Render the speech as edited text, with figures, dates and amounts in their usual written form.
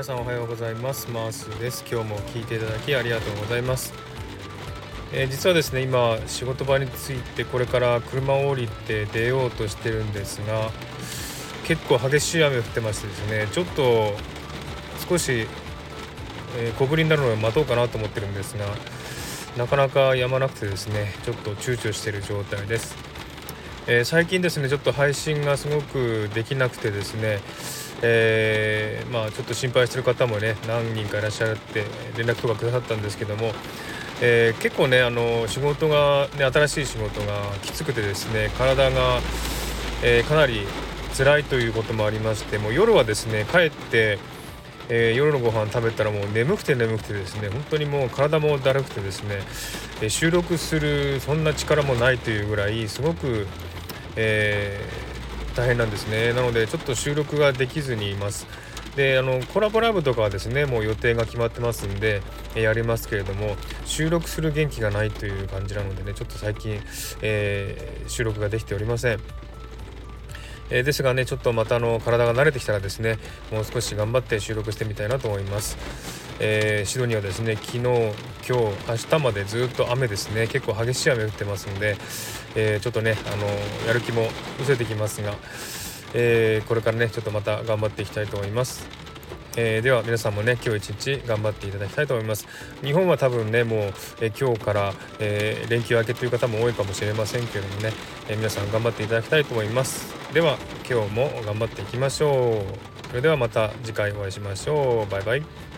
皆さんおはようございます。マースです。今日も聞いていただきありがとうございます。実はですね、今仕事場に着いてこれから車を降りて出ようとしてるんですが、結構激しい雨降ってましてですね、ちょっと少し、小降りになるのを待とうかなと思ってるんですが、なかなか止まなくてですね、ちょっと躊躇している状態です。最近ですね、ちょっと配信がすごくできなくてですね、ちょっと心配してる方もね何人かいらっしゃって連絡とかくださったんですけども、結構ね仕事がね新しい仕事がきつくてですね体が、かなり辛いということもありまして、もう夜はですね帰って、夜のご飯食べたらもう眠くてですね、本当にもう体もだるくてですね、収録するそんな力もないというぐらいすごく、大変なんですね。なのでちょっと収録ができずにいます。でコラボライブとかはですねもう予定が決まってますんで、やりますけれども、収録する元気がないという感じなのでね、ちょっと最近、収録ができておりません。ですがね、ちょっとまた体が慣れてきたらですね、もう少し頑張って収録してみたいなと思います。シドニーはですね、昨日、今日、明日までずっと雨ですね。結構激しい雨降ってますので、ちょっとね、やる気も失せてきますが、これからね、ちょっとまた頑張っていきたいと思います。では皆さんもね今日一日頑張っていただきたいと思います。日本は多分ねもう、今日から、連休明けという方も多いかもしれませんけれどもね、皆さん頑張っていただきたいと思います。では今日も頑張っていきましょう。それではまた次回お会いしましょう。バイバイ。